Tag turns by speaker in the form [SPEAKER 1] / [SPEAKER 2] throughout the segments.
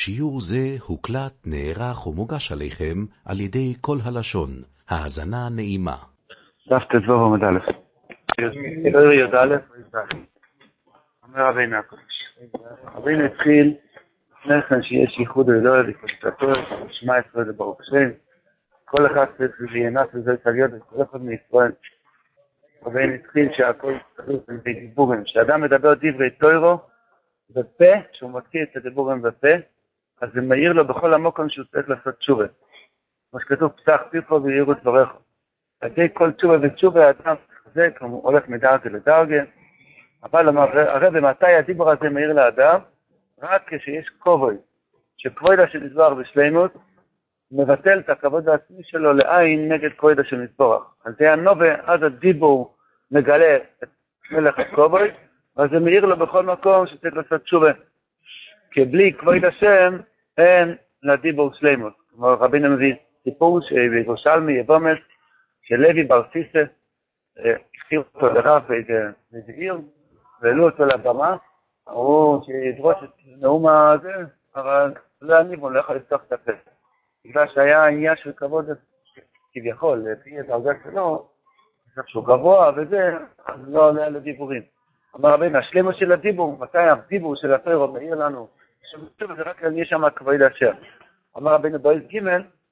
[SPEAKER 1] שיעור זה הוקלט, נערך ומוגש עליכם על ידי כל הלשון. האזנה נעימה.
[SPEAKER 2] דף ט"ו עמוד א'. ערעור י"א. אומר רבינו הקדוש. רבינו התחיל לפני כן שיש ייחוד אלוהי לקדושתו, שמע ישראל לברוך שם. כל אחד צריך להיענס וזה להיות וכל אחד מישראל. רבינו התחיל שהכל כתוב בדיבורים. כשאדם מדבר דברי תוירו בפה, שהוא מוציא את הדיבורים בפה, אז זה מאיר לו בכל המקום שהוא צריך לעשות תשובה. כמו שכתוב, פתח פיך ויראו דבריך. על ידי כל תשובה ותשובה האדם חזק, הוא הולך מדרגה לדרגה. אבל הרי מתי הדיבור הזה מאיר לאדם? רק כשיש כבוד, שכבודה של יתברך בשלמות, מבטל את הכבוד העצמי שלו לעין נגד כבודה של יתברך. על זה הנובה, אז הדיבור מגלה את מלך הכבוד, אז זה מאיר לו בכל מקום שצריך לעשות תשובה. כי בלי כבוד השם אין לדיבור שלמות. כמו רבינו מביא סיפור שבירושלמי יבומס, שלוי בר סיסא הכתיר אותו לרב באיזה עיר, והעלו אותו לבמה, אמרו שידרוש את נאום הזה, אבל לא יניב, הוא לא יכול לפתוח את הפה. בגלל שהיה עניין של כבוד כביכול, לפי הדרגה שלו, שהוא גבוה וזה, אז לא עולה לדיבורים. אמר רבינו, השלמות של הדיבור, מתי הדיבור של התורה מאיר לנו? זה רק יש שם כבוד השם. אמר רבינו בויז ג'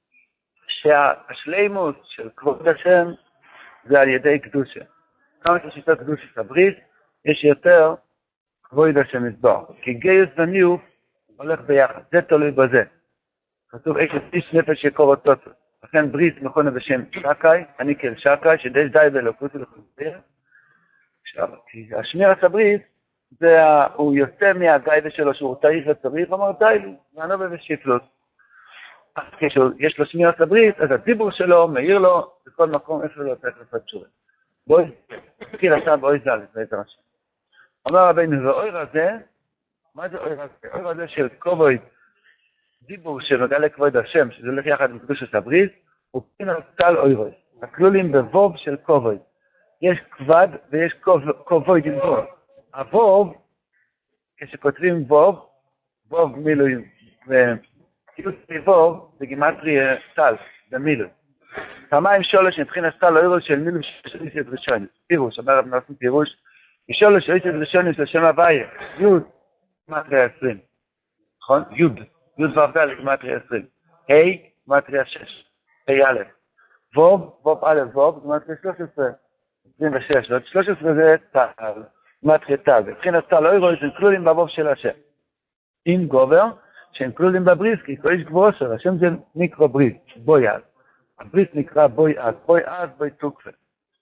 [SPEAKER 2] שהשלמות של כבוד השם זה על ידי קדושה. כמה שיש יותר קדושת הברית, יש יותר כבוד השם יתברך. כי גיוס וניאוף הולך ביחד, זה תלוי בזה. כתוב איש נפש יקור אותו. לכן ברית מכונה בשם שקאי, אני כאל שקאי, שדי די באלוקות ולחזיר. כי השמירת הברית, הוא יוצא מהגייבה שלו שהוא תאריך וצריך, אמר די לי, מענובה ושיפלות. כשיש לו שמירת הברית, אז הדיבור שלו מאיר לו בכל מקום איפה לא צריך לעשות תשובה. בואי, תתחיל עכשיו באוי זל, בעזר השם. אומר רבינו, ואויר הזה, מה זה אויר הזה? אויר הזה של כבוד, דיבור שמגלה כבוד השם, שזה הולך יחד עם קדושת הברית, הוא פינת טל אוירוס. הכלולים בבוב של כבוד. יש כבד ויש כבוד עם בוב. הבוב, כשכותבים בוב, בוב מילואים, וקיוץ בבוב זה גימטרי טל, במילוי. פעמיים שולש מבחינת טל אוירוס של מילוי של איסת ראשונית. פירוש, אמר רב נעשים פירוש, משולש של איסת ראשונית לשם הוויה, יוד, גימטרי 20. נכון? יוד ועבדה גימטרי 20. ה' גימטרי 6. ה' א'. ווב א' ווב, גימטרי 13. 26, ועוד 13 זה טל, גימטרי טל. מבחינת טל אוירוס הם כלולים בבוב של השם. עם גובר, שהם כלולים בבריס, כי כל איש גבוה של השם זה נקרא בריס, בוי אז. הבריס נקרא בוי אז, בוי תוקפה.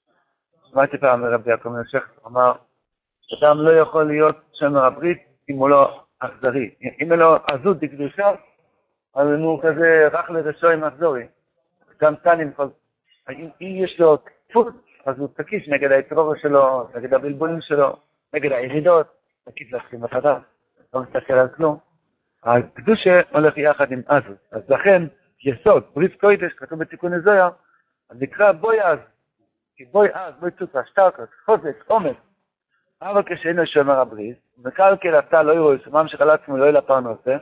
[SPEAKER 2] שמעתי פעם מרבי יעקב מנשך, אמר, אדם לא יכול להיות שומר הברית אם הוא לא אכזרי. אם הוא לא עזות בקדושה, אז הוא כזה רך לרשו עם אכזורי. גם טנים, אם יש לו תפות, אז הוא תקיש נגד היתרור שלו, נגד הבלבולים שלו, נגד הירידות, תקיש להתחיל מחדש, לא מסתכל על כלום. הקדושה הולך יחד עם עזות. אז לכן, יסוד, ברית קודש, כתוב בתיקון הזויה, אז נקרא בוי אז. כי בוי אז, בוי צוקה, שטרקות, חוזק, עומק. אבל כשאינו שומר הברית, מקלקל הטל לא יראו, שממשיך על עצמו לא יהיה לפרנסה,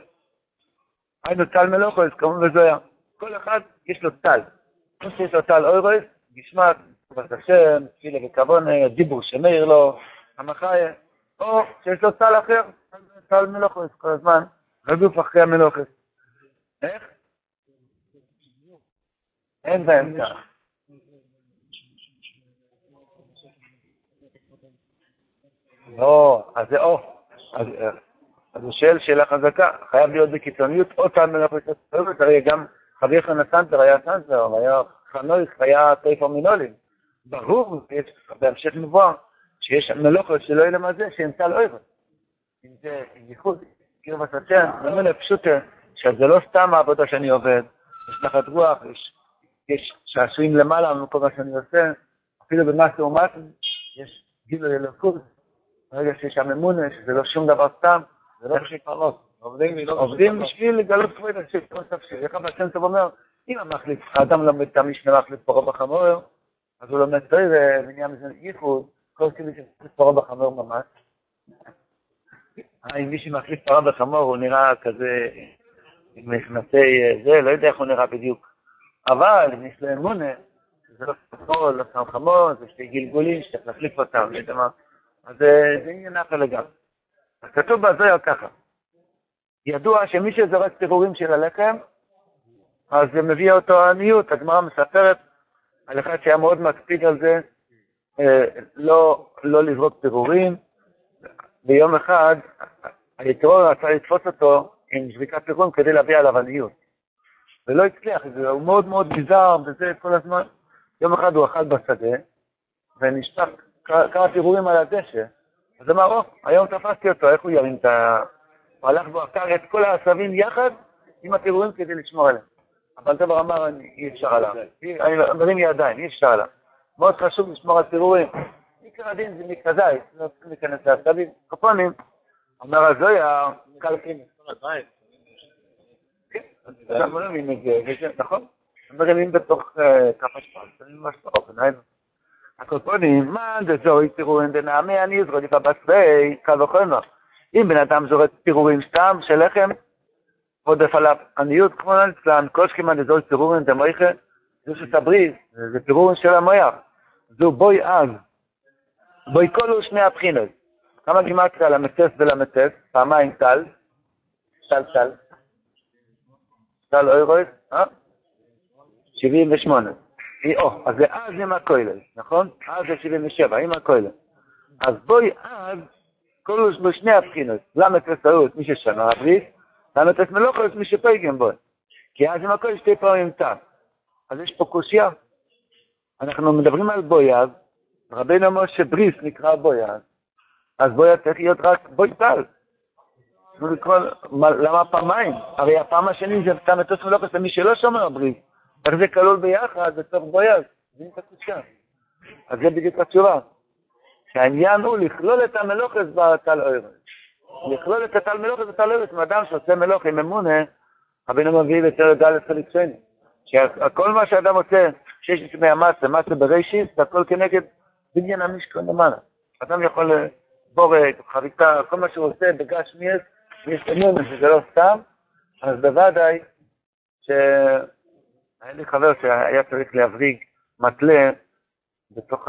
[SPEAKER 2] היינו טל מלוכו, אז כמובן וזויה. כל אחד יש לו טל. כמו שיש לו טל אוירוס, גשמת, כבוד השם, תפילה וכוון, דיבור שמאיר לו, המחיה, או שיש לו טל אחר, טל מלוכו, כל הזמן, רדוף אחרי המלוכו. איך? אין באמצע. לא, אז זה או. אז הוא שואל שאלה חזקה, חייב להיות בקיצוניות, או טל מלוכו, הרי גם חבי חנסנטר היה סנטר, היה חנוך, היה טייפו מינולים. ברור, בהמשך מבואר, שיש מלוכות שלא יהיה למזה, שהם טל אוירות. אם זה ייחוד, קרב השם, זה מילה פשוטה, שזה לא סתם העבודה שאני עובד, יש נחת רוח, יש שעשועים למעלה מכל מה שאני עושה, אפילו במסה ומסה, יש גילוי אלוקות, ברגע שיש הממונה, שזה לא שום דבר סתם, זה לא בשביל פרלות. עובדים בשביל לגלות כבוד השם, כמו ספשי. איך השם טוב אומר, אם האדם לומד את המשנה מחליף פרו בחמור, אז הוא לומד טוב ונהיה מזה ייחוד, כל כאילו שמחליף פרו בחמור ממש. אם מישהו מחליף פרה בחמור, הוא נראה כזה עם מכנסי זה, לא יודע איך הוא נראה בדיוק. אבל אם יש לו אמונה, זה לא ספור, לא שם חמור, זה שתי גלגולים שצריך להחליף אותם, אז זה עניין אחר לגמרי. אז כתוב בזוהר ככה, ידוע שמי שזורק פירורים של הלחם, אז זה מביא אותו עניות. הגמרא מספרת על אחד שהיה מאוד מקפיד על זה, לא לזרוק פירורים. ביום אחד, היתרו רצה לתפוס אותו עם זריקת פירורים כדי להביא עליו עניות. ולא הצליח, הוא מאוד מאוד ביזר וזה כל הזמן. יום אחד הוא אכל בשדה, ונשפך כמה פירורים על הדשא. אז אמר, היום תפסתי אותו, איך הוא ירים את ה... הוא הלך בו, עקר את כל העשבים יחד עם הפירורים כדי לשמור עליהם. אבל דבר אמר, אי אפשר עליו. אני מרים ידיים, אי אפשר עליו. מאוד חשוב לשמור על פירורים. עיקר הדין זה מכזית, לא צריכים להיכנס לעשבים. קופונים, אומר הזויה, קלפים. כן, אנחנו לא מבינים את זה, נכון? מרימים בתוך כף השפעה, זה ממש באופן, היינו. הקופונים, מה זה זוהי פירורים דנעמי, אני אזרוד איפה בסבי, קל וחומר. אם בן אדם זורק פירורים סתם של לחם, עודף עליו עניות כמו נצלן, כל שכימן לזור פירורים דמויכה, זה שתבריז, זה פירורים של המויח. זו בוי אז, בוי כלו שני הבחינות. כמה גימטריה למטס ולמטס, פעמיים טל, טל אוירויס, 78. אז זה אז עם הכולל, נכון? אז זה 77, עם הכולל. אז בוי אז, כלו בשני הבחינות, למטס אוירויס, מי ששנה הבריז, למטס מלוכות, מי שפייגם בוי. כי אז עם הכולל שתי פעמים טל. אז יש פה קושיה. אנחנו מדברים על בויאז, רבינו אומר שבריס נקרא בויאז, אז בויאז צריך להיות רק בוי טל. למה פעמיים? הרי הפעם השני זה סתם מטוס מלוכס למי שלא שומר בריס, איך זה כלול ביחד בתוך בויאז, זה נקרא קושיה. אז זה בדיוק התשובה, שהעניין הוא לכלול את המלוכס בטל אוירס. לכלול את הטל מלוכס בטל אוירס, עם אדם שעושה מלוך עם אמונה, רבינו מביא יותר ד' חלק שני. שכל מה שאדם עושה, שיש לפני המסה, מסה בראשית, זה הכל כנגד בניין המשכון למעלה. אדם יכול בורג, חריטה, כל מה שהוא עושה בגש מיס, ויש אמונה שזה לא סתם, אז בוודאי שהיה לי חבר שהיה צריך להבריג מטלה בתוך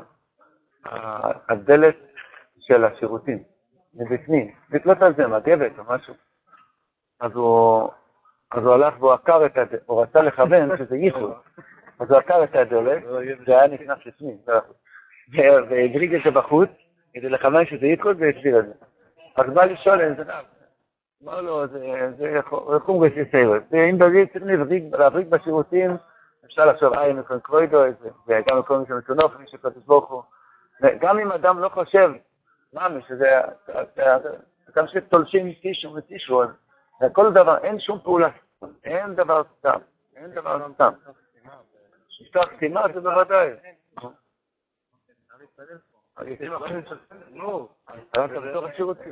[SPEAKER 2] הדלת של השירותים, מבפנים, לתלות על זה מגבת או משהו. אז הוא הלך והוא עקר את הדלת, הוא רצה לכוון שזה ייחוד, אז הוא עקר את הדלת, זה היה נכנס לפנים, והבריג את זה בחוץ, כדי לכוון שזה ייחוד והסביר את זה. אז בא לשאול איזה רב, אמר לו, זה חום רסיסיירות, אם בזה צריך להבריג בשירותים, אפשר לחשוב, מכון קרוידו, וגם מכל מי שמצונוף, מי שקודש ברוך הוא, גם אם אדם לא חושב, מאמי, שזה, גם שתולשים טישו וטישו, כל דבר, אין שום פעולה, אין דבר סתם, אין דבר סתם. שפתח סתימה זה בוודאי. אתה בתוך השירותים.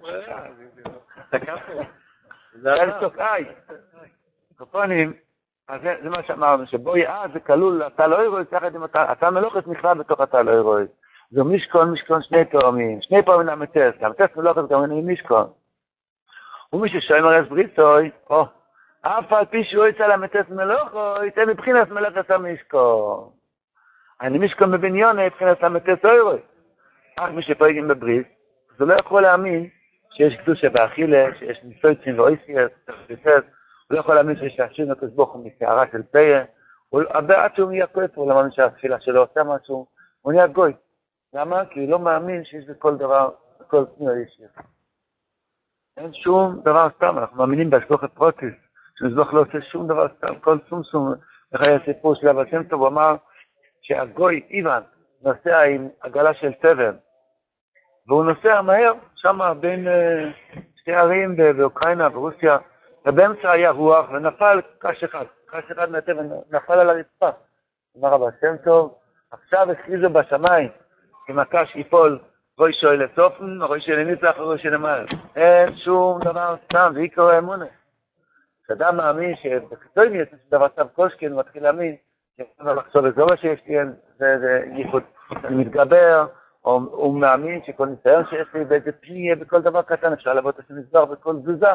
[SPEAKER 2] אין תוקעי. קופונים, אז זה מה שאמרנו, שבוי זה כלול, אתה לא אירועי, אתה מלוכת נכלל בתוך אתה לא אירועי. זה משכון שני תאומים, שני פעמים המטס, המטס מלוכת גם אין משכון. ומי ששומר את בריתוי, אף על פי שהוא יצא למטס מלוכו, יצא מבחינת מלאכת המשכון. אני משכון בבניון, מבחינת המטס אוירוי. אך מי שפועלים בברית, זה לא יכול להאמין שיש קדושה באכילה, שיש ניסויצים ואויסייס, הוא לא יכול להאמין שיש השין הקסבוך מסערה של פיה, עד שהוא נהיה כואב, הוא לא מאמין שהתפילה שלו עושה משהו, הוא נהיה גוי. למה? כי הוא לא מאמין שיש בכל דבר, בכל פנייה ישיר. אין שום דבר סתם, אנחנו מאמינים בהשגוח הפרוטיס, שמזבוח לא עושה שום דבר סתם, כל סום, איך היה סיפור של אבא שם טוב, הוא אמר שהגוי איוון נוסע עם עגלה של סבן, והוא נוסע מהר, שם בין שתי ערים באוקראינה, ברוסיה, ובאמצע היה רוח ונפל קש אחד מהטבע, נפל על הרצפה. אמר אבא שם טוב, עכשיו הכריזו בשמיים, אם הקש ייפול, רוי שואל לסופן, רוי שואל לניצח, רוי שואל למעלה. אין שום דבר סתם, זה עיקר האמונה. כשאדם מאמין שבקצועי יש דבר סתם קושקין, הוא מתחיל להאמין, שאפשר לחשוב את זה מה שיש לי, זה ייחוד, אני מתגבר, או הוא מאמין שכל ניסיון שיש לי באיזה פניה, בכל דבר קטן, אפשר לעבוד את המסבר בכל תזוזה,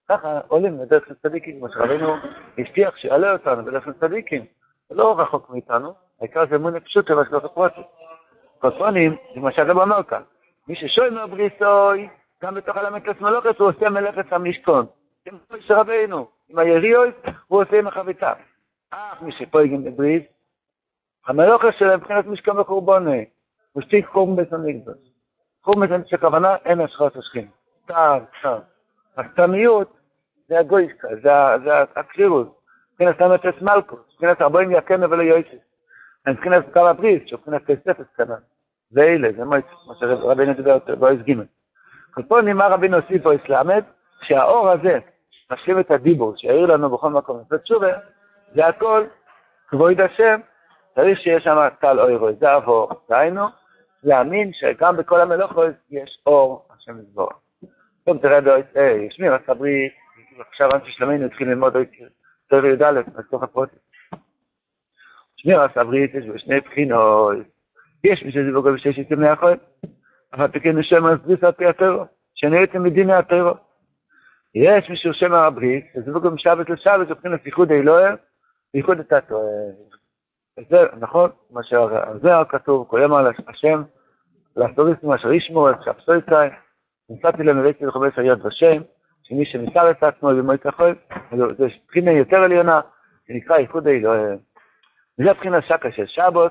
[SPEAKER 2] ככה עולים לדרך של צדיקים, כמו שרבינו הבטיח שיעלה אותנו בדרך של צדיקים. זה לא רחוק מאיתנו, העיקר זה אמונה פשוטה והשלוח הפרוטים. קוטרונים, זה מה שהרב אומר כאן. מי ששוימר בריסוי, גם בתוך הלמקלס מלוכת, הוא עושה מלאכת המשכון. כמו שרבינו, עם היריעות, הוא עושה עם החביתה. מי שפויגים בבריס, המלוכת שלהם מבחינת משכון וחורבוני, הוא שתיק חורם בית המקדש. חורם בית המקדש הכוונה, אין השחרת השכין. טעם. הסתמיות זה הגויסקה, זה הקרירות. מבחינת המטס מלכוס, מבחינת 40 יקנה ולא יויסס. מבחינת כמה בריס, מבחינת כסף הסכנה. זה אלה, זה מה שרבינו דיבר באויס גימל. פה נאמר רבינו הוסיף או למד, שהאור הזה משלים את הדיבור, שיעיר לנו בכל מקום. ותשובה, זה הכל, כבוד השם, צריך שיש שם טל אוירוי, זה עבור. דהיינו, להאמין שגם בכל המלוכות יש אור השם יסבור. טוב, תראה באויס, ישמיר, הסברי, עכשיו אנשי שלמנו התחיל ללמוד אויס, תראה ויודע לסוף הפרוטים. ישמיר, הסברי, יש בשני בחינות, יש מי שזה בוגר בשש יצמי החול, אבל תקן השם הסבריס על פי הטרו, שנהייתם מדיני הטרו. יש מישהו שם הברית, שזה בוגר משבת לשבת, ובחינת ייחוד אלוהים, ייחוד את הטרו. זה נכון, מה שזה כתוב, כל יום על השם, לאסטוריסטים אשר ישמור, את שפסויצאי, נמצאתי למבאתי לחובי שריות בשם, שמי שמסר את עצמו במועד כחול, זה בחינה יותר עליונה, שנקרא ייחוד אלוהים. וזה בחינה שקה של שבת,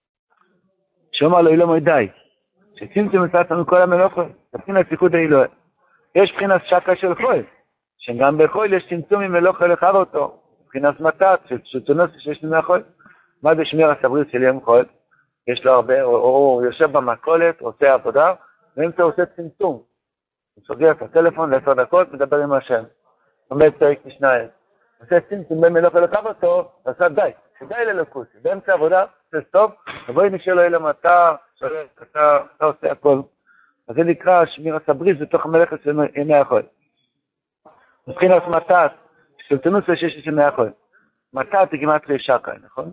[SPEAKER 2] שאומר לו אילו מוידי, שצמצום את עצמנו כל המלוכות, בחינת ייחוד אלוהים. יש בחינת שקה של חול, שגם בחול יש צמצום עם מלוכה לחב אותו, בחינת מתת, שתונוס שיש לנו מהחול. מה זה שמיר הסברית של יום חול? יש לו הרבה, הוא יושב במקולת, עושה עבודה, ואמצע עושה צמצום. הוא סוגר את הטלפון ל10 דקות, מדבר עם השם. עומד פרק משניים. עושה צמצום בין מלוכה לחב אותו, ועשה די, שדי ללוקוס. באמצע עבודה, זה טוב, ובואי נשאר לו אילם אתה עושה הכל. אז זה נקרא שמיר הסברית בתוך המלאכת של ימי החול. מבחינת מתת, שלטונוס שיש ימי החול. מתת היא כמעט שקה, נכון?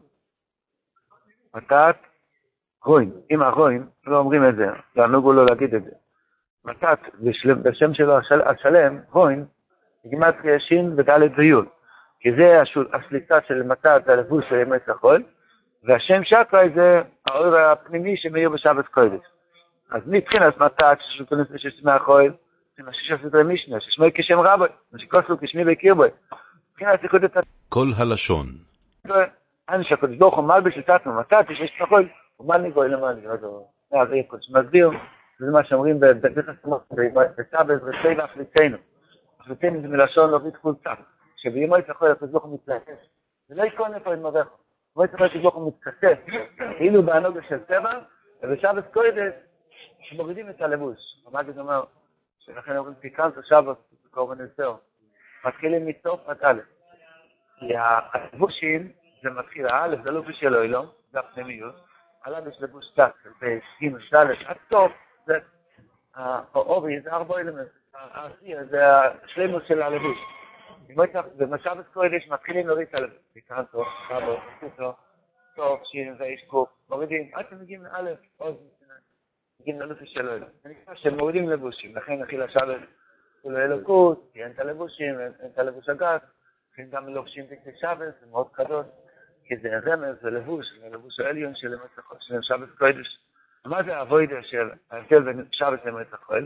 [SPEAKER 2] מתת, רוין. אם הרוין, לא אומרים את זה, תענוגו לא להגיד את זה. מתת, בשם שלו השלם, רוין, היא כמעט שין ודלת ויוד. כי זה השליטה של מתת, זה הלבוש של ימי החול, והשם שקה זה האור הפנימי שמאיר בשבת קודש. אז מבחינת מתת, ששלטונוס שיש ימי החול, זה מה ששפט רמישנה, ששמו כשם רבוי, מה שכוסלו כשמי ויקיר בוי. מבחינת ייחוד את
[SPEAKER 1] כל הלשון.
[SPEAKER 2] אני שהקודש ברוך הוא מלביש לצעצנו, מתת, שיש תחול, הוא מלניגוי למלניגוי, זה יהיה קודש מסביר, זה מה שאומרים בבית הסמות, בצע בעזרתי להפליצנו. הפליצנו זה מלשון להוריד חולצה, שבימו יצחול הקודש ברוך הוא מתלהב. זה לא יקון איפה עם מברך, בו יצחול הקודש ברוך הוא מתכסף, כאילו בהנוגה של טבע, ובשבת קודש שמורידים את הלבוש. המגיד אומר, שלכן אומרים פיקנט או שבת, קורבן יותר, מתחילים מסוף עד א', כי הלבושים זה מתחיל, האלף זה לבוש של אילום, זה הפנימיות, עליו יש לבוש תק, בג' ד' עד סוף, זה האורי, זה 4 אלמנט, העשייה, זה השלימוס של הלבוש. במשבת קודש מתחילים להוריד את הלבוש, פיקנטו, שבת, פיקנטו, סוף, שין ואיש קוף, מורידים, עד שמגיעים לאלף, עוד מגיעים ללבוש של אילום. אני חושב שהם מורידים לבושים, לכן נחיל השבת הוא לא אלוקות, כי אין את הלבושים, אין את הלבוש הגס, לכן גם לובשים תקצי שבת, זה מאוד קדוש, כי זה רמז, זה לבוש, זה לבוש העליון של שבת קודש. מה זה הווידה של ההבדל בין שבת למועצת החול?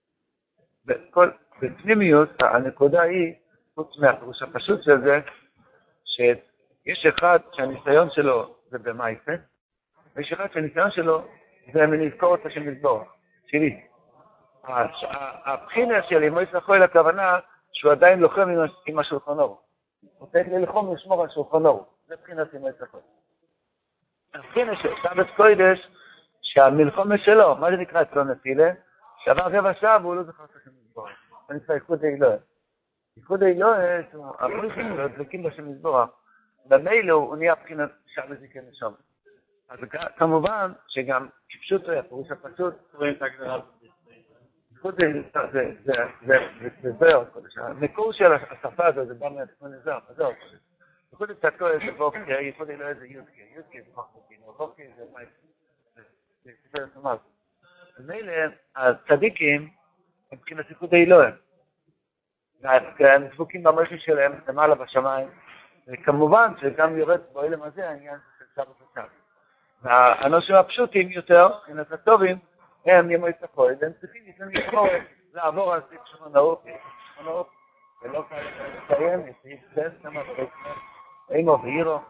[SPEAKER 2] בפנימיות, הנקודה היא, חוץ מהפירוש הפשוט של זה, שיש אחד שהניסיון שלו זה במייסה, ויש אחד שהניסיון שלו זה מלזכור את השם יתברך, שלי. הבחינה של מועצת החול, הכוונה שהוא עדיין לוחם עם השולחן אור. הוא צריך ללחום לשמור על שולחן אור. זה בחינת מועצת החול. הבחינה של שבת קודש, שהמלחמה שלו, מה זה נקרא אצלו נפילה? שעבר רבע שעה והוא לא זוכר את השם יתברך. זה נקרא ייחוד האלוהים. ייחוד האלוהים, הפרישים שלו דלקים בשם יתברך. במילא הוא נהיה בחינת שבת זיקן לשם. אז כמובן שגם כפשוט הפירוש הפשוט, רואים את ההגדרה. ייחוד האלוהים זה זהר קודש. המקור של השפה הזו זה בא מהתכון לזהר, זהר קודש. ייחוד האלוהים זה ווקר, ייחוד האלוהים זה יודקה, יודקה זה חוכמתין, ווקר זה מייס. זה ספר סמל. אז מילא, הצדיקים הם מבחינת ייחוד האלוהים. הם דבוקים במלכות שלהם למעלה בשמיים, וכמובן שגם יורד באילם הזה העניין של שבת ושבת. והאנושים הפשוטים יותר, מבחינת הטובים, הם ימי צחוי, והם צריכים לעבור על סעיף שמונאות, ולא כאלה לציין, סעיף סס, כמה אימו ואירו,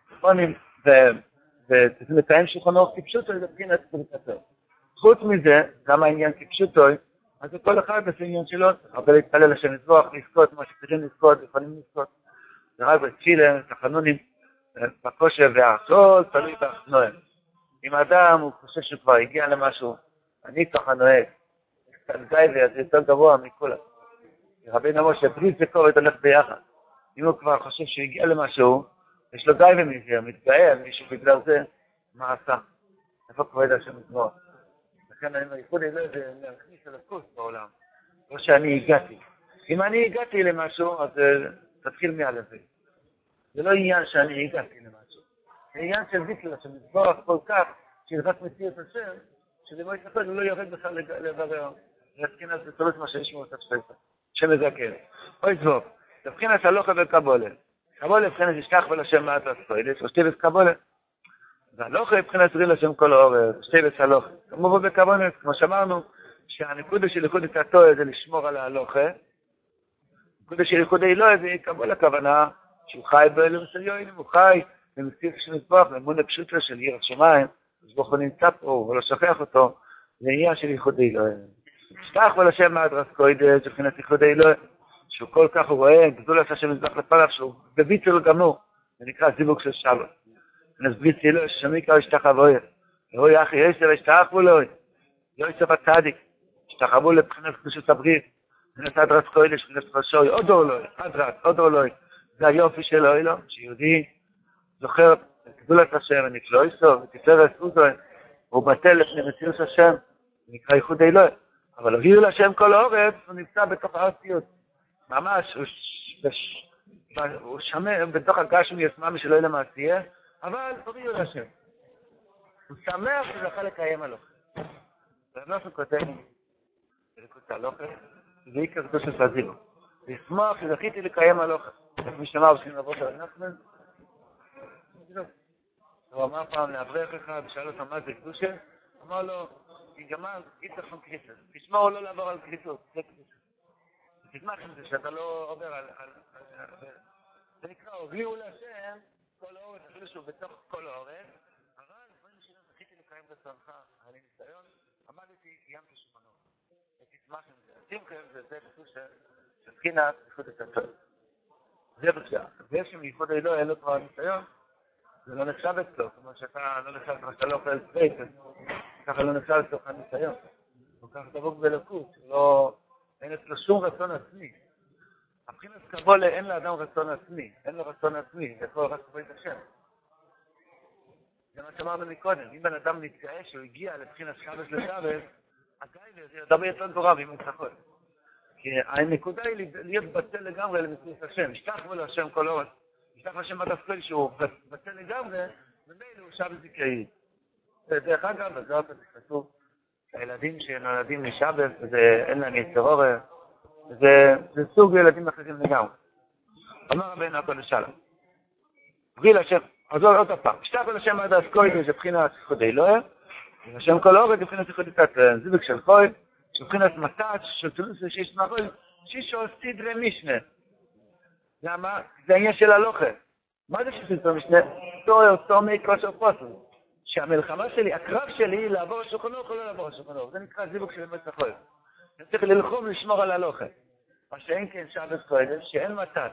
[SPEAKER 2] וצריכים לקיים שולחנות כפשוטו, לבחינת ברכתו. חוץ מזה, גם העניין כפשוטו, אז כל אחד עושה עניין שלו, הרבה להתפלל השם לזבוח, לזכות מה שצריכים לזכות, יכולים לזכות. זה רק בתפילה, תחנונים, בקושר והכל תלוי באחנוהם. אם האדם הוא חושב שהוא כבר הגיע למשהו, אני ככה נוהג, קצת גייבי, אז זה יותר גבוה מכולם. רבינו אמר שברית וקורת הולך ביחד. אם הוא כבר חושב שהוא הגיע למשהו, יש לו גייבי מזה, הוא מתגאה על מישהו בגלל זה, מה עשה? איפה כבוד השם יזבוח? לכן אני מייחוד את זה להכניס על הקורס בעולם, לא שאני הגעתי. אם אני הגעתי למשהו, אז תתחיל מעל זה. זה לא עניין שאני הגעתי למשהו. זה עניין של ביטל, שמזבוח כל כך, שרק מציע את השם, שלמה יתפל, הוא לא יורד בכלל לברר. להסכין על זה תולות מה שיש מות הפסקה. שמזכר. אוי זבוב, תבחין את הלוכה וקבולה. קבולה מבחינת ישתח ולשם מעט הספוילת, ושתיבס קבולה. והלוכה מבחינת ריל השם כל האורר, שתיבס הלוכה. כמו בקבולה, כמו שאמרנו, שהנקודה של ייחוד את התואר זה לשמור על ההלוכה. הנקודה של ייחוד האלוה זה קבולה הכוונה, שהוא חי באלם סליונים, הוא חי במציאות שמזבוח, באמון הפשוטה של ירח שמיים, מזבוח הוא נמצא פה, הוא לא שכח אותו, זה עניין של ייחוד האלוה. שתח ולשם מעט רסקוידס, מבחינת ייחוד האלוה, שהוא כל כך הוא רואה, גדול עשה שמזבח לפניו, שהוא בביטול גמור, זה נקרא זיווג של שבת. נסבית אלוה, ששמיקה ישתח אבויה. רואי אחי יסר, ישתח ולוי. לא יצב הצדיק. ישתח אבו לבחינת קדושת הברית. מבחינת אדרס קוידש, מבחינת חשוי, עוד אורלוי, עוד אורלוי. זה היופי של אוילו, שיהודי זוכר את גדולת השם, ונקלו איסו, ותפארת עוזוי, הוא בטל לפני מציאות השם, זה נקרא ייחוד אלוה. אבל הביאו להשם כל האורץ, הוא נמצא בתוך הארציות. ממש, הוא שמע בתוך הגשמי יסממי שלא יהיה למעשייה, אבל הביאו להשם. הוא שמח שזכה לקיים הלוכה. והנוסף כותב, בליקוד הלוכה, זה עיקר קדושת הזיווג. לשמוח שזכיתי לקיים הלוכה. מי שאמר בשביל לבוא של הנחמן, הוא אמר פעם לאברך אחד, ושאל אותו מה זה קדושה, אמר לו, תגמר, איתך קריסות. תשמעו לא לעבור על קריסות, זה קדושה. תשמח עם זה שאתה לא עובר על... זה נקרא, הוביאו להשם כל האורץ, אפילו שהוא בתוך כל האורץ, אבל דברים שלא זכיתי לקיים רצונך, היה לי ניסיון, עמדתי, קיימתי שולחנות. ותשמח עם זה. שמחה עם זה, זה קדושה, שתקינה, ייחוד את הטוב. זה בבקשה. ויש עם ייחוד האלוה, אין לו כבר ניסיון, זה לא נחשב אצלו, כמו שאתה לא נחשב לך שאתה לא אוכל ספייס, ככה לא נחשב אצלך ניסיון. הוא ככה דבוק בלקות, אין אצלו שום רצון עצמי. הבחינת קבולה אין לאדם רצון עצמי, אין לו רצון עצמי, זה כל רק כבוד השם. זה מה שאמרנו מקודם, אם בן אדם נתגאה שהוא הגיע לבחינת שבס לשבס, הגאילה זה דבר יותר גורם אם הוא צחוק. כי הנקודה היא להיות בטל לגמרי למציאות השם, ישתח בו להשם כל אורץ. ישתח להשם בתפקיד שהוא בטל לגמרי, ומילא הוא שבס זכאי. דרך אגב, בזאת זה כתוב, הילדים שנולדים משבס, אין להם יצר עורר, זה סוג ילדים אחרים לגמרי. אמר רבינו הקודש שלום. בריא להשם, אז עוד הפעם, ישתח בו להשם עד הסקויד, זה בחינת ייחוד האלוה, ולהשם כל אורץ, זה בחינת ייחוד התת, זיווג של חוי, שבחינת מתת, של תולוס שיש מאחורי, שישו סדרי משנה. למה? זה העניין של הלוכה. מה זה שסדרי משנה? תומי כושר פוסל. שהמלחמה שלי, הקרב שלי, לעבור השולחנוך או לא לעבור השולחנוך. זה נקרא זיווג של אמת החוי. אני צריך ללחום לשמור על הלוכה. מה שאין כן שבס קודש, שאין מתת.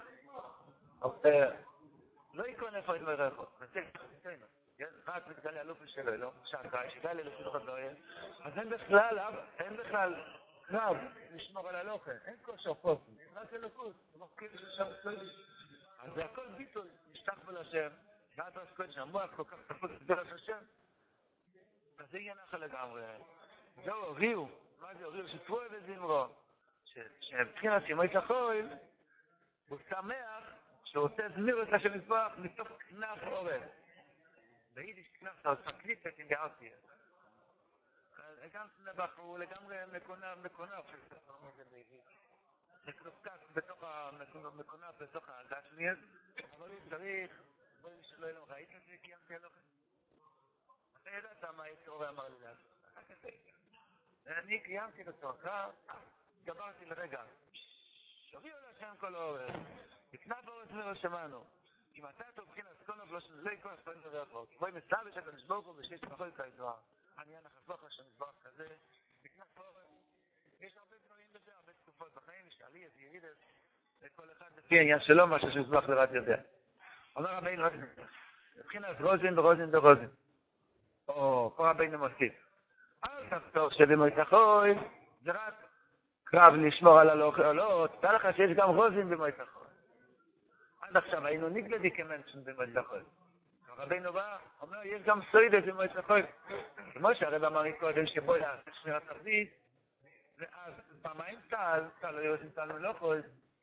[SPEAKER 2] לא יקון איפה את מרחוב. רק מתגלה אלופי שלו, לא? שעקה, שגלה אלופי חדויה. אז אין בכלל קרב לשמור על הלוכה. אין כושר פוסל. רק אלוקות. זה מפקיד של שבס קודש. אז זה הכל ביטול, נשתח בלשם. ועד רסקוד שהמוח כל כך תפוס בדרך השם, אז זה עניין אחר לגמרי. זהו, הוריעו. מה זה הוריעו? שפרוי וזמרו. שבחינת שימוי תחויל, הוא שמח שהוא עושה זמיר את השם מזבח מתוך כנף אורץ. ביידיש כנף, זה עושה קליפת עם גארסיה. גם נבח הוא לגמרי מקונב של ספר מזה ביידיש. בתוך המקונף, בתוך הגשמיאס, אבל הוא צריך, בואי שלא אלם, ראית את זה? קיימתי הלוכת. אתה ידעת מה היצור אמר לי לעשות. אני קיימתי בצורך, גברתי לרגע. שוביעו להשם כל האורץ, לפנת האורץ ולא שמענו. אם אתה תובחין הסקונוב לא שזה יקור הספרים ורחוק. בואי מסתבר שאתה נשבור פה בשש פחות כידוע. אני הנחזוך לשם נשבור כזה. לפנת האורץ. יש הרבה דברים בזה, הרבה תקופות בחיים, יש עלי, יש ירידת. כל אחד לפי העניין שלו, מה ששמזבח לבד יודע. אומר רבינו, מבחינת רוזין ורוזין ורוזין. או, פה רבינו מוסיף. אל תחתוך שבמויתחוי, זה רק קרב לשמור על הלוך, תדע לך שיש גם רוזין במויתחוי. עד עכשיו היינו נגלדי כמנשן במויתחוי. רבינו בא, אומר, יש גם סוידס במויתחוי. כמו שהרב אמר לי קודם שבו יעשה שמירת תחזית, ואז פעמיים טל לא יוצאים טל מלוכות,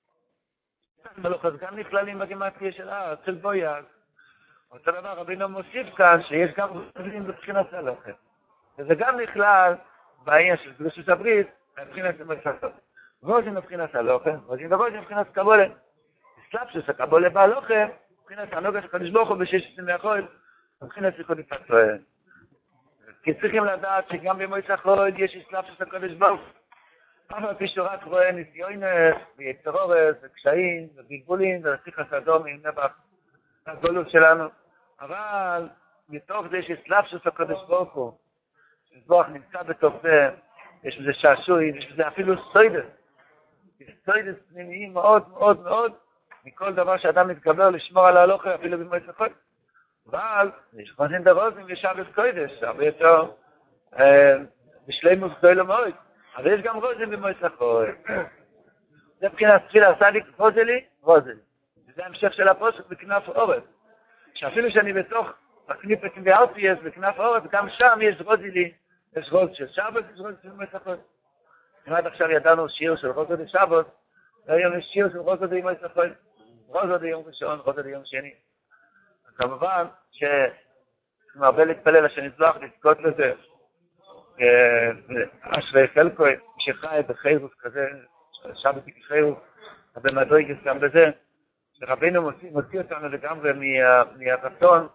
[SPEAKER 2] מלוכות גם נכללים בגימטריה של אצל בויאז. אותו דבר רבינו מוסיף כאן שיש גם רוזין בבחינת הלוכת. וזה גם נכלל בעניין של קדושת הברית, מבחינת המסכות. רוזין מבחינת הלוכת, רוזין ורוזין מבחינת קבולה. סלאפשוס הקבולה בהלוכת, מבחינת הנוגע של קדוש ברוך הוא בששת ימי החול, מבחינת סיכון ישראל. כי צריכים לדעת שגם במועצת החול יש סלאפשוס הקדוש ברוך הוא. אף על פי שרק רואה ניסיונס ויצרורס וקשיים ובלבולים ולשיחס אדומים נבח הגולות שלנו. אבל מתוך זה שסלאפשוס הקדוש ברוך הוא, שזבוח נמצא בתוך זה, יש בזה שעשוי, יש בזה אפילו סוידס. יש סוידס פנימיים מאוד מאוד מאוד, מכל דבר שאדם מתגבר לשמור על ההלוכה, אפילו במועצת החול. אבל יש חוזין דרוזים ושבת קודש, הרבה יותר בשלימוס גדולה מאוד. אבל יש גם רוזן במועצת החול. זה מבחינת תפילה, סדיק רוזלי, רוזלי. וזה המשך של הפוסק בכנף אורץ. שאפילו שאני בתוך הקניפת וארפייס בכנף אורץ, גם שם יש רוזלי, יש רוז של שבת, יש רוז של מועצת החול. עד עכשיו ידענו שיר של רוז של שבת, והיום יש שיר של רוז של מועצת החול. רוז של יום ראשון, רוז של יום שני. כמובן שמרבה להתפלל השנזבח לזכות לזה. אשרי חלקוי שחי בחיירוס כזה, שבת כחיירוס, במדרגס גם בזה, שרבינו מוציא אותנו לגמרי מהרצון,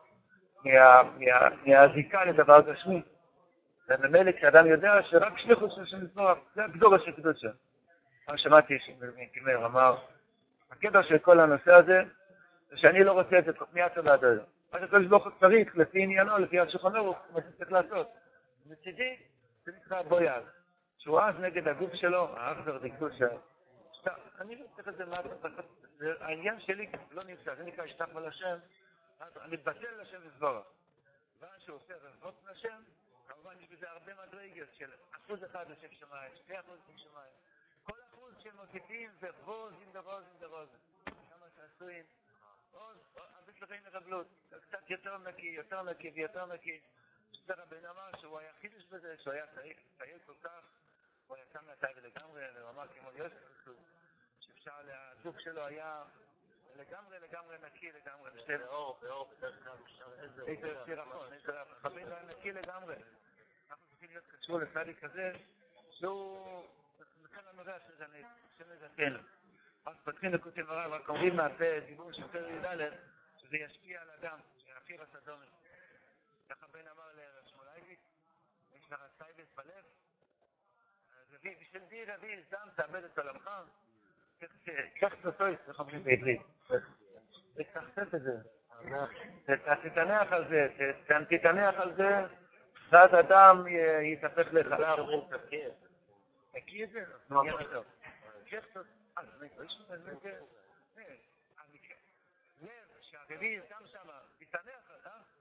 [SPEAKER 2] מהזיקה לדבר גשמי. וממילא כשאדם יודע שרק שליחות של שנזבח, זה הגדורה של קדושה. אני שמעתי שכמר אמר, הקטע של כל הנושא הזה, זה שאני לא רוצה את זה מיד ועד היום. מה שקדוש ברוך הוא צריך, לפי עניינו, לפי השולחן ערוך, מה שצריך לעשות. מצידי, זה נקרא בויאז, שהוא אז נגד הגוף שלו, האחזר דקדושה. אני לא צריך את זה מה, העניין שלי לא נמצא, זה נקרא השתח מלשם, אני מתבטל לשם וסבורה. ואז שהוא עושה רזבות לשם, כמובן יש בזה הרבה מדרגות של 1% לשם שמיים, 2% לשם שמיים. כל אחוז שמוסיפים זה רוזין דרוזין דרוזין. כמה שעשויים. אביסלחים מרבלות, קצת יותר נקי, יותר נקי ויותר נקי. זה רבינו אמר שהוא היה חידוש בזה, שהוא היה צעיר כל כך, הוא היה שם לטייבה לגמרי, והוא אמר כמו יוסף, שאפשר, הזוג שלו היה לגמרי נקי לגמרי. באור, בדרך כלל אפשר איזה סירחון, רבינו היה נקי לגמרי. אנחנו צריכים להיות קשור לצדיק כזה, שהוא נותן לנו רע שנזכנו. אז פתחים לקוטי מראה, רק אומרים מהפה דיבור של פרק י"ד, שזה ישפיע על אדם, שאפיר הסדומים. ככה בן אמר לשמולאיביק, יש לך סייבס בלב, בשביל די רבי, זם תאבד את עולמך, כך תוצאי, איך אומרים בעברית, תחסס את זה, תתנח על זה, תתנח על זה, ואז אדם יתהפך לחלב. תקיא את זה? נהיה לטוב. לב, שהרבי גם שמה, תתנח,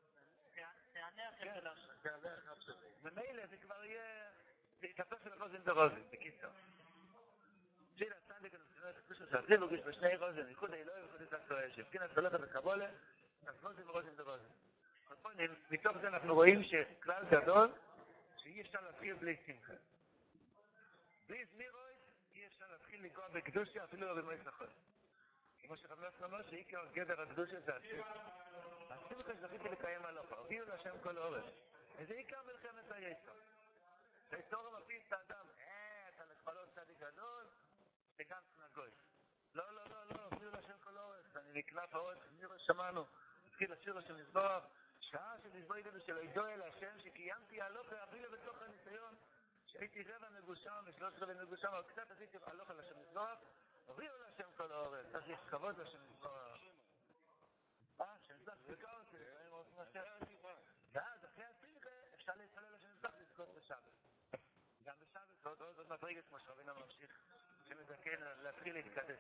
[SPEAKER 2] ומילא זה כבר יהיה, זה יתהפך של רוזן ורוזן, בקיצור. שילה צנדק, זה לוגש בשני רוזן, ייחוד האלוהי וייחוד את הצועה, שבחינת סולחת וקבולה, אז רוזן ורוזן ורוזן. מתוך זה אנחנו רואים שכלל גדול, שאי אפשר להתחיל בלי שמחה. בלי זמירות, אי אפשר להתחיל לגוע בקדושה, אפילו לא במועצת החול. כמו שחבר אמר, שעיקר גדר הקדושה זה השמחה. השמחה שזכיתי לקיים הלוכה, הביאו להשם כל אורץ. וזה עיקר מלחמת היצור. היצור מפיל את האדם, אתה כבר לא צדיק גדול, בגנץ נגוי. לא, אפילו לשם כל אורך, אני נקלף האורך, נראה שמענו, התחיל לשיר לשם מזבח, שעה של נזבוידנו של עידו אל השם, שקיימתי הלוך אפילו בתוך הניסיון, שהייתי רבע מגושם ו13 מגושם, אבל קצת עשיתי הלוך על השם מזבח, הוריעו לשם כל האורך, צריך כבוד לשם מזבח. שמזבח זכה אותי, ואז אחרי הסילכה אפשר להתפלל לשם מזבח לזכות בשבת. גם בשבת, עוד מדרגת כמו שרבינו ממשיך, שמזכן להתחיל להתקדש.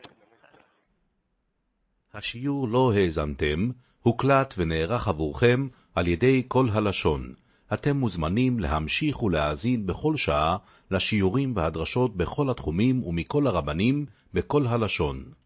[SPEAKER 1] השיעור לא האזנתם, הוקלט ונערך עבורכם על ידי כל הלשון. אתם מוזמנים להמשיך ולהאזין בכל שעה לשיעורים והדרשות בכל התחומים ומכל הרבנים בכל הלשון.